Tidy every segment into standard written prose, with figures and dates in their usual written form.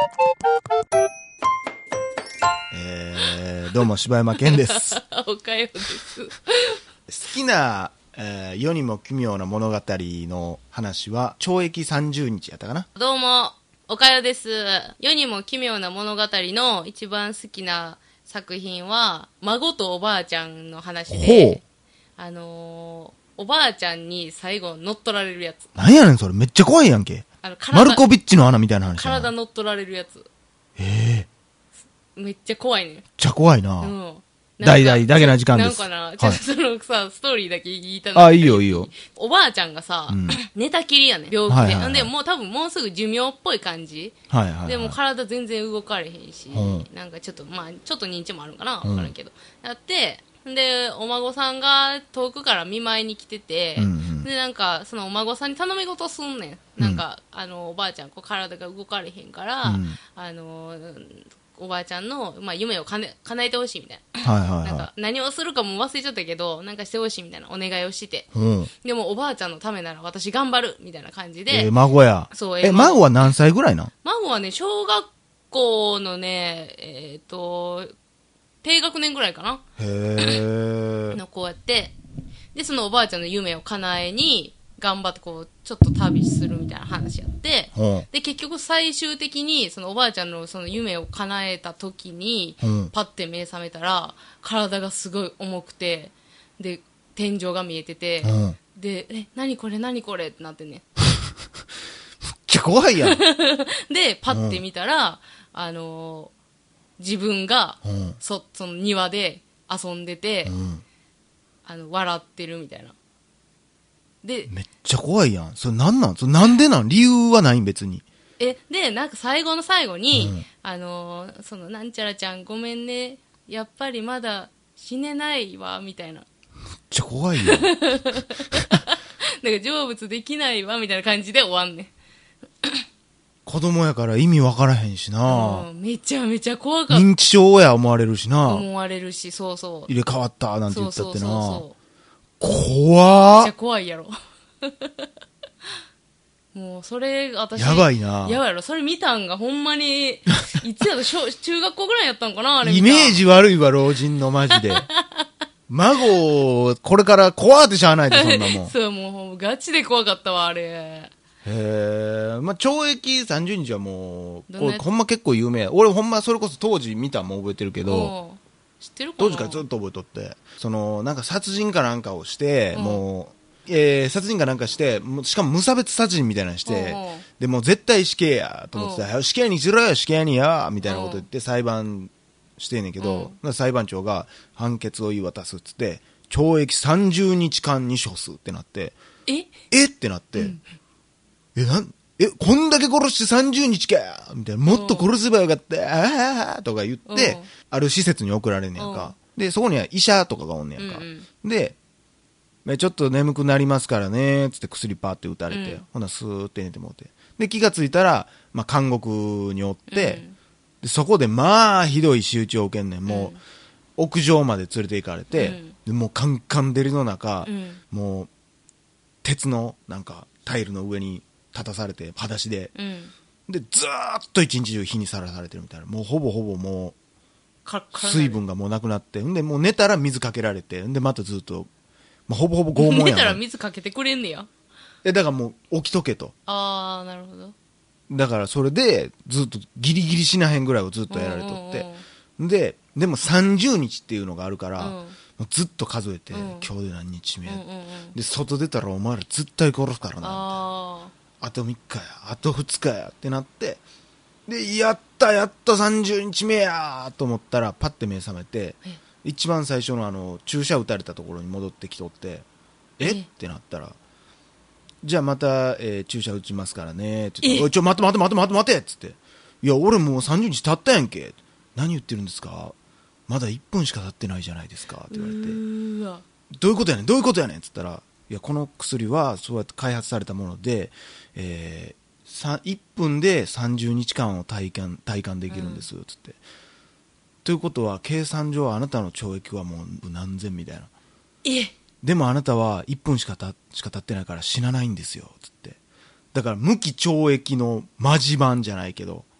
どうも柴山健ですおかよです。 好きな、世にも奇妙な物語の話は懲役30日やったかな。 どうも、おかよです。世にも奇妙な物語の一番好きな作品は、孫とおばあちゃんの話で、おばあちゃんに最後乗っ取られるやつ。 なんやねんそれ、めっちゃ怖いやんけ。マルコビッチの穴みたいな話やな。 体乗っ取られるやつ。めっちゃ怖いね。めっちゃ怖いな。 うん。 大々だけな時間です。 なんかな、ちょっとそのさ、ストーリーだけ言いたあ、いいよいいよ。 おばあちゃんがさ、寝たきりやねん、病気で。んで、もう多分もうすぐ寿命っぽい感じ。 はいはい。 でも体全然動かれへんし、なんかちょっと、まあ、ちょっと認知もあるんかなわからんけど。やって、で、お孫さんが遠くから見舞いに来てて、で、なんか、そのお孫さんに頼み事すんねん。なんか、おばあちゃん、こう体が動かれへんから、おばあちゃんの、まあ、夢を叶えてほしいみたいな。なんか何をするかも忘れちゃったけど、なんかしてほしいみたいなお願いをして。でもおばあちゃんのためなら私頑張るみたいな感じで。 孫や。 そう、 孫は何歳ぐらいなん？ 孫はね、小学校のね、低学年ぐらいかな。の子やって。で、そのおばあちゃんの夢を叶えに、頑張ってこう、ちょっと旅するみたいな話やって、で、結局最終的に、そのおばあちゃんのその夢を叶えた時に、パッて目覚めたら、体がすごい重くて、で、天井が見えてて、で、何これ何これってなってね。 めっちゃ怖いやん。 で、パッて見たら、自分が、その庭で遊んでて、笑ってるみたいな。で、 めっちゃ怖いやん。それなんなん？それなんでなん？理由はないん別に。 で、なんか最後の最後に、そのなんちゃらちゃんごめんね、やっぱりまだ死ねないわ、みたいな。 めっちゃ怖いやん。 なんか成仏できないわ、みたいな感じで終わんねん。 子供やから意味わからへんしな、 めちゃめちゃ怖かった。 認知症や思われるしな。 思われるし、そうそう。 入れ替わったなんて言ったってな。 そう怖っ。 めっちゃ怖いやろ。もう、それ、私。 やばいな。 やばいやろ。それ見たんがほんまに、いつやと中学校ぐらいやったんかなあれ。 イメージ悪いわ、老人のマジで。孫、これから怖ってしゃあないで、そんなもん。 そう、もう、ガチで怖かったわ、あれ。 まあ、懲役30日はもう、これほんま結構有名。俺ほんまそれこそ当時見たんも覚えてるけど、 知ってるかな？ 当時からずっと覚えとって、なんか殺人かなんかをして、もう、殺人かなんかして、しかも無差別殺人みたいなのして、で、もう絶対死刑や、と思ってた。死刑にしろよ、死刑にや、みたいなこと言って裁判してんねんけど、裁判長が判決を言い渡すっつって、懲役30日間に処すってなって、ってなって、こんだけ殺して30日かみたいな、もっと殺せばよかったとか言って、ある施設に送られんねやんか。で、そこには医者とかがおんねやんか。で、ちょっと眠くなりますからね、つって薬パーって打たれて、ほなスーって寝てもうて。で、気がついたら、まあ、監獄におって、でそこでまあ、ひどい仕打ちを受けんねん。もう、屋上まで連れて行かれて、でもうカンカン照りの中、もう、鉄のなんかタイルの上に立たされて裸足で、でずーっと一日中火にさらされてるみたいな。もうほぼほぼもう水分がもうなくなって、んでもう寝たら水かけられて、んでまたずっと、まあ、ほぼほぼ拷問やん。 寝たら水かけてくれんねや。 だからもう起きとけと。 ああ、なるほど。 だからそれでずっとギリギリ死なへんぐらいをずっとやられとって、でも30日っていうのがあるから、もうずっと数えて、今日で何日目、で外出たらお前ら絶対殺すからな、あと3日や、あと2日やってなって、でやっと30日目やと思ったらパッて目覚めて、一番最初の注射打たれたところに戻ってきとって、ってなったら、じゃあまた、注射打ちますからねって言って、待てっつって、いや俺もう30日経ったやんけ、何言ってるんですか、まだ1分しか経ってないじゃないですかって言われて、どういうことやねんっつったら、いやこの薬はそうやって開発されたもので、1分で30日間を体感できるんですっつって、ということは計算上あなたの懲役はもう何千みたいな、でもあなたは1分しか経ってないから死なないんですよつって、だから無期懲役のマジ版じゃないけど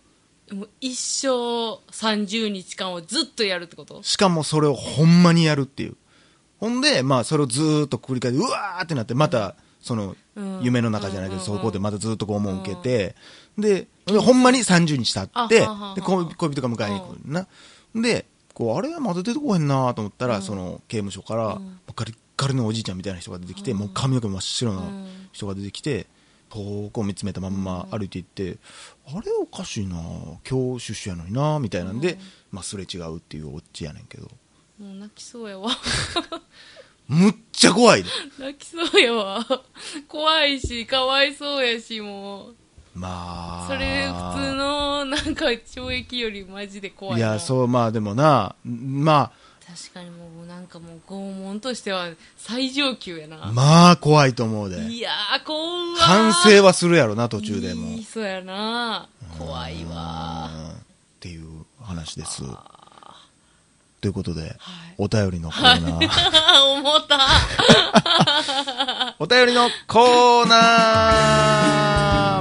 もう一生30日間をずっとやるってこと？ しかもそれをほんまにやるっていう。ほんで、まあそれをずーっと繰り返して、うわーってなって、また、その、夢の中じゃないけど、そこでまたずっと拷問を受けて、で、ほんまに30日経って、で、恋人が迎えに来るな。で、こう、あれまだ出てこへんなと思ったら、その、刑務所から、ガリッガリのおじいちゃんみたいな人が出てきて、もう髪の毛真っ白な人が出てきて、遠くを見つめたまんま歩いていって、あれおかしいな今日出所やのになみたいなんで、まあ、すれ違うっていうオチやねんけど。 もう泣きそうやわ。 むっちゃ怖いで。 泣きそうやわ。怖いし、かわいそうやし、もう。 まあ。 それ、普通の、なんか、懲役よりマジで怖い。 いや、そう、まあでもな、まあ。 確かにもう、なんかもう、拷問としては最上級やな。 まあ、怖いと思うで。 いやー、怖い。 反省はするやろな、途中でも。 そうやな。怖いわ。 っていう話です。ということで、 はい、 お便りのコーナー。 思った。 お便りのコーナー。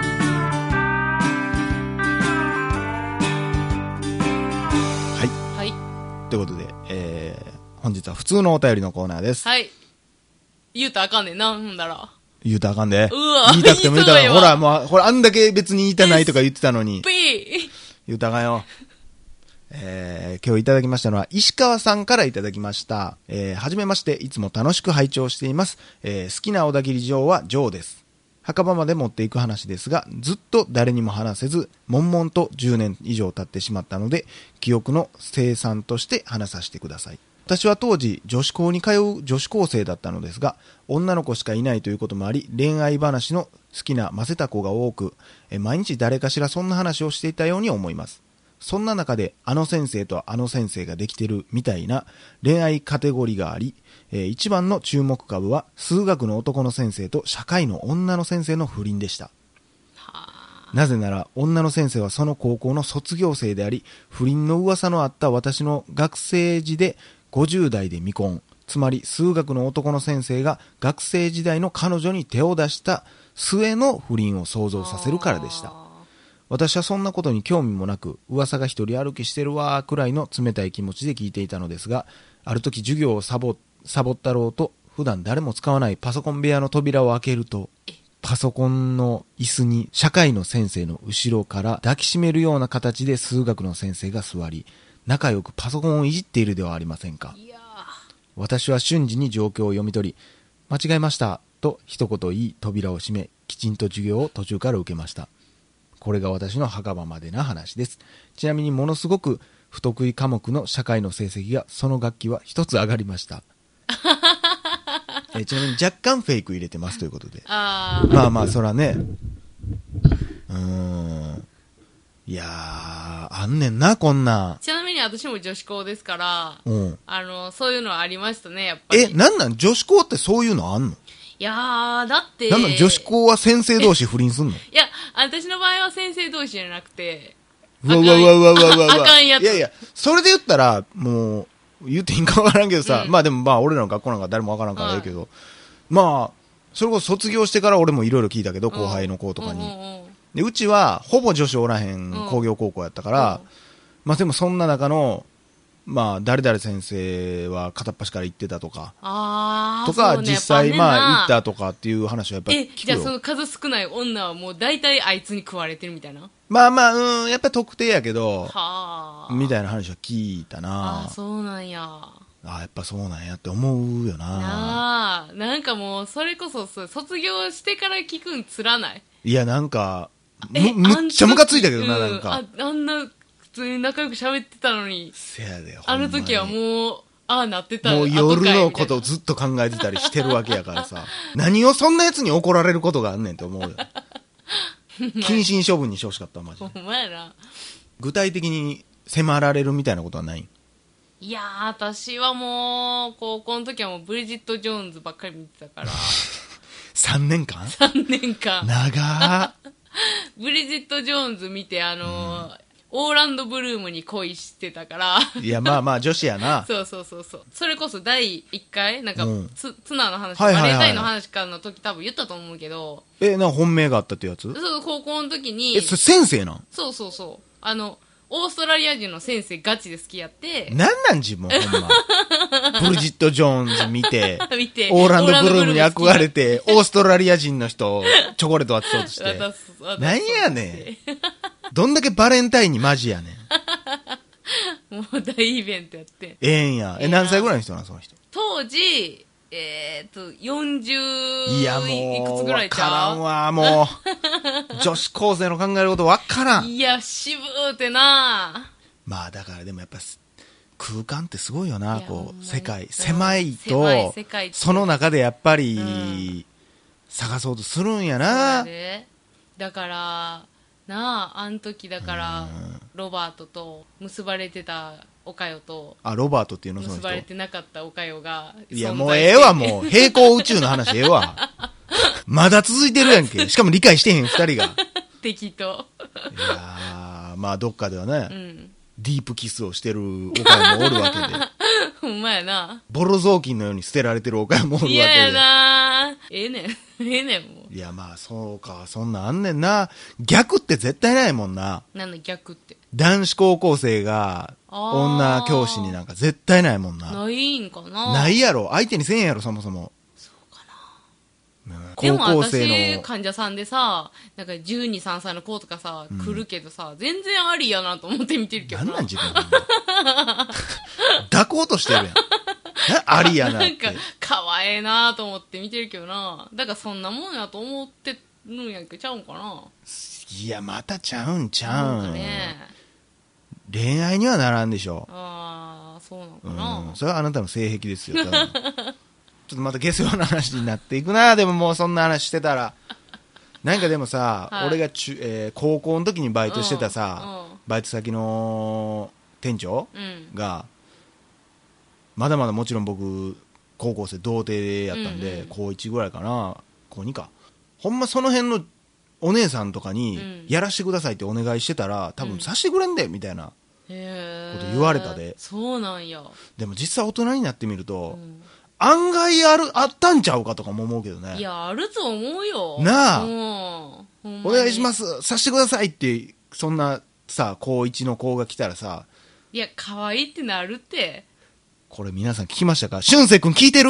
はい。ということで、本日は普通のお便りのコーナーです。 はい。言うたらあかんねんな、ほんだら。 言うたらあかんで。 うわ。 言いたくても言うたら、ほら、もう、ほら、あんだけ別に言いたないとか言ってたのに。言うたらあかんよ。今日いただきましたのは石川さんからいただきました。はじめまして、いつも楽しく拝聴しています。好きな小田切城は城です。墓場まで持っていく話ですが、ずっと誰にも話せず、悶々と10年以上経ってしまったので、記憶の清算として話させてください。私は当時女子校に通う女子高生だったのですが、女の子しかいないということもあり、恋愛話の好きなませた子が多く、毎日誰かしらそんな話をしていたように思います。そんな中であの先生とあの先生ができてるみたいな恋愛カテゴリーがあり、一番の注目株は数学の男の先生と社会の女の先生の不倫でした。なぜなら女の先生はその高校の卒業生であり、不倫の噂のあった私の学生時で50代で未婚、つまり数学の男の先生が学生時代の彼女に手を出した末の不倫を想像させるからでした。私はそんなことに興味もなく、噂が一人歩きしてるわーくらいの冷たい気持ちで聞いていたのですが、ある時授業をサボったろうと、普段誰も使わないパソコン部屋の扉を開けると、パソコンの椅子に社会の先生の後ろから抱きしめるような形で数学の先生が座り、仲良くパソコンをいじっているではありませんか。私は瞬時に状況を読み取り、間違えましたと一言言い、扉を閉め、きちんと授業を途中から受けました。これが私の墓場までな話です。ちなみにものすごく不得意科目の社会の成績がその学期は一つ上がりました。ちなみに若干フェイク入れてますということで。まあまあそらね。いやー、あんねんな、こんな。 ちなみに私も女子校ですから、そういうのはありましたね、やっぱり。 なん女子校ってそういうのあんの？ いやー、だって。 女子校は先生同士不倫すんの？ いや、私の場合は先生同士じゃなくて。 あかんやつ。いやいや、それで言ったら、もう、言っていいんかわからんけどさ、まあでもまあ俺らの学校なんか誰もわからんからいいけど、まあ、それこそ卒業してから俺もいろいろ聞いたけど、後輩の子とかに。で、うちはほぼ女子おらへん工業高校やったから、まあでもそんな中の、まあ、誰々先生は片っ端から行ってたとか、とか、実際、まあ、行ったとかっていう話はやっぱり聞くよ。 じゃあその数少ない女はもう大体あいつに食われてるみたいな？ まあまあ、やっぱり特定やけど、みたいな話は聞いたな。 そうなんや。 やっぱそうなんやって思うよな。 なんかもう、それこそ卒業してから聞くんつらない？いや、なんか、むっちゃムカついたけどな、なんか。 あんな、普通に仲良く喋ってたのに、 せやで、 あの時はもう、なってた。 もう夜のことをずっと考えてたりしてるわけやからさ、何をそんな奴に怒られることがあんねんって思うよ。謹慎処分にしてほしかった、マジで。 ほんまやな。 具体的に迫られるみたいなことはない？ いやー、私はもう、高校の時はもうブリジット・ジョーンズばっかり見てたから。 3年間 ?3 年間。 長ブリジット・ジョーンズ見て、オーランド・ブルームに恋してたから。 いや、まあまあ、女子やな。 そう。それこそ第1回、なんか、ツナの話、バレンタインの話かの時多分言ったと思うけど。 なんか本命があったってやつ？ そう、高校の時に。 それ先生なん？ そう。 オーストラリア人の先生ガチで好きやって。 なん自分ほんま。ブリジット・ジョーンズ見て、 見てオーランド・ブルームに憧れて、オーストラリア人の人、チョコレート渡そうとして。なんやねん。どんだけバレンタインにマジやねん。もう大イベントやって。 ええんや。何歳ぐらいの人なんその人。 当時、40 いやもう、 いくつぐらいちゃう？ わからんわ、もう。女子高生の考えることわからん。 いや、渋ーってな。 まあだからでもやっぱ、空間ってすごいよな、こう、世界。狭いと、その中でやっぱり、探そうとするんやな。 だから、なあ、あん時だから、ロバートと結ばれてたおかよと、 ロバートっていうのその人。 結ばれてなかったおかよが、 いや、もうええわ、もう。平行宇宙の話ええわ。まだ続いてるやんけ。しかも理解してへん二人が。 適当。 いやまあどっかではね、ディープキスをしてるおかよもおるわけで。 ほんまやな。 ボロ雑巾のように捨てられてるおかよもおるわけで。 嫌やな。ええねん。ええねんもう。 いやまあそうか、そんなんあんねんな。逆って絶対ないもんな。 なんだ逆って。 男子高校生が女教師になんか絶対ないもんな。 ないんかな。 ないやろ。相手にせんやろ、そもそも。 そうかな。でも私、 患者さんでさ、なんか12、3歳の子とかさ、来るけどさ、全然ありやなと思って見てるけどな。 なん自分抱こうとしてるやん。ありやなって。 なんか、かわええなと思って見てるけどな。だからそんなもんやと思ってるんやけちゃうんかな。 いや、またちゃうんちゃうん。 ね、 恋愛にはならんでしょ。 ああ、そうなのかな。 それはあなたの性癖ですよ。ちょっとまた下世話な話になっていくな。でももうそんな話してたら。なんかでもさ、はい、俺が高校の時にバイトしてたさ、バイト先の店長、が、まだまだもちろん僕、高校生童貞やったんで、高1ぐらいかな、高2か。ほんまその辺のお姉さんとかに、やらしてくださいってお願いしてたら、多分さしてくれんで、みたいなこと言われたで。 そうなんや。 でも実際大人になってみると、案外あったんちゃうかとかも思うけどね。 いや、あると思うよ。 なあ。お願いします。さしてくださいって、そんなさ、高1の子が来たらさ。 いや、可愛いってなるって。 これ皆さん聞きましたか？俊生くん聞いてる？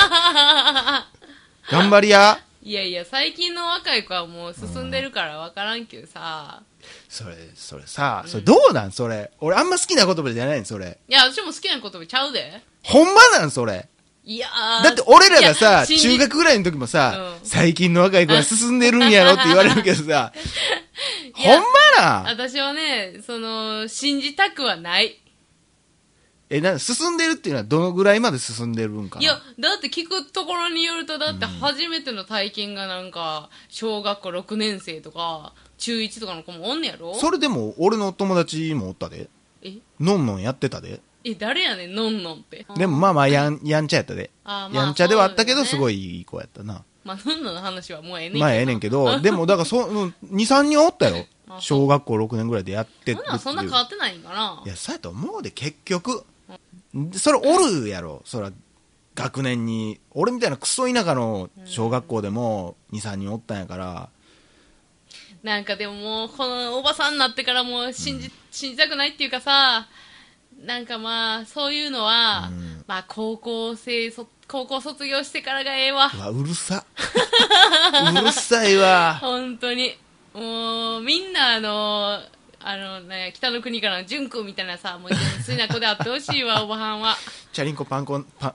頑張りや。 いやいや、最近の若い子はもう進んでるから分からんけどさ。 それさ、それどうなんそれ。俺あんま好きな言葉じゃないんそれ。 いや、私も好きな言葉ちゃうで。 ほんまなんそれ。 いやだって俺らがさ、中学ぐらいの時もさ、最近の若い子は進んでるんやろって言われるけどさ、ほんまな。 私はね、信じたくはない。 進んでるっていうのはどのぐらいまで進んでるんかな。 いや、だって聞くところによると、だって初めての体験がなんか、小学校6年生とか、中1とかの子もおんねやろ？ それでも、俺の友達もおったで。のんのんやってたで。 誰やねん、のんのんって。 でもまあまあやんちゃやったで。やんちゃではあったけど、すごいいい子やったな。 まあ、のんのんの話はもうええねんけど。 まあええねんけど、でもだから2、3人おったよ。小学校6年ぐらいでやってる。 そんな変わってないんかな。 いや、そうやと思うで、結局。それおるやろ、そら学年に。俺みたいなクソ田舎の小学校でも2、3人おったんやから。 なんかでももうこのおばさんになってからもう信じたくないっていうかさ、なんかまあそういうのは、まあ高校卒業してからがええわ。 うるさうるさいわ。 本当にもうみんな北の国からの純子みたいなさ、もう純粋な子であってほしいわ、おばはんは。 チャリンコパンコン、 あ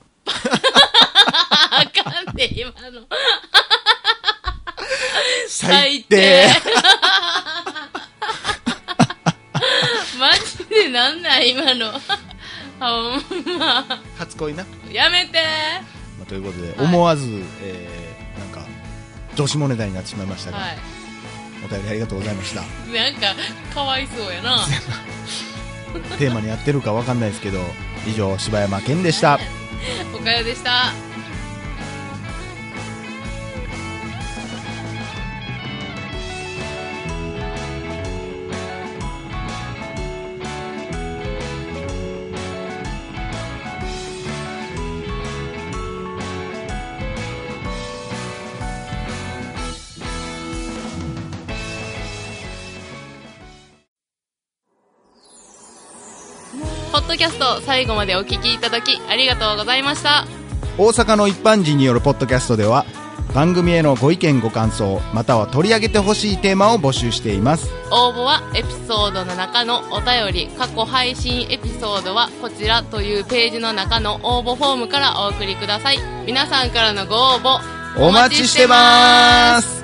かんね、今の。最低。マジでなんなん今の。ほんま。 初恋な。 やめて。 ということで、思わず、なんか、女子モネタになってしまいましたが。お便りありがとうございました。 なんかかわいそうやな。 テーマにやってるかわかんないですけど、以上柴山健でした。 おかよでした。 ッドキャスト最後までお聞きいただきありがとうございました。 大阪の一般人によるポッドキャストでは番組へのご意見ご感想または取り上げてほしいテーマを募集しています。 応募はエピソードの中のお便り過去配信エピソードはこちらというページの中の応募フォームからお送りください。皆さんからのご応募お待ちしてます。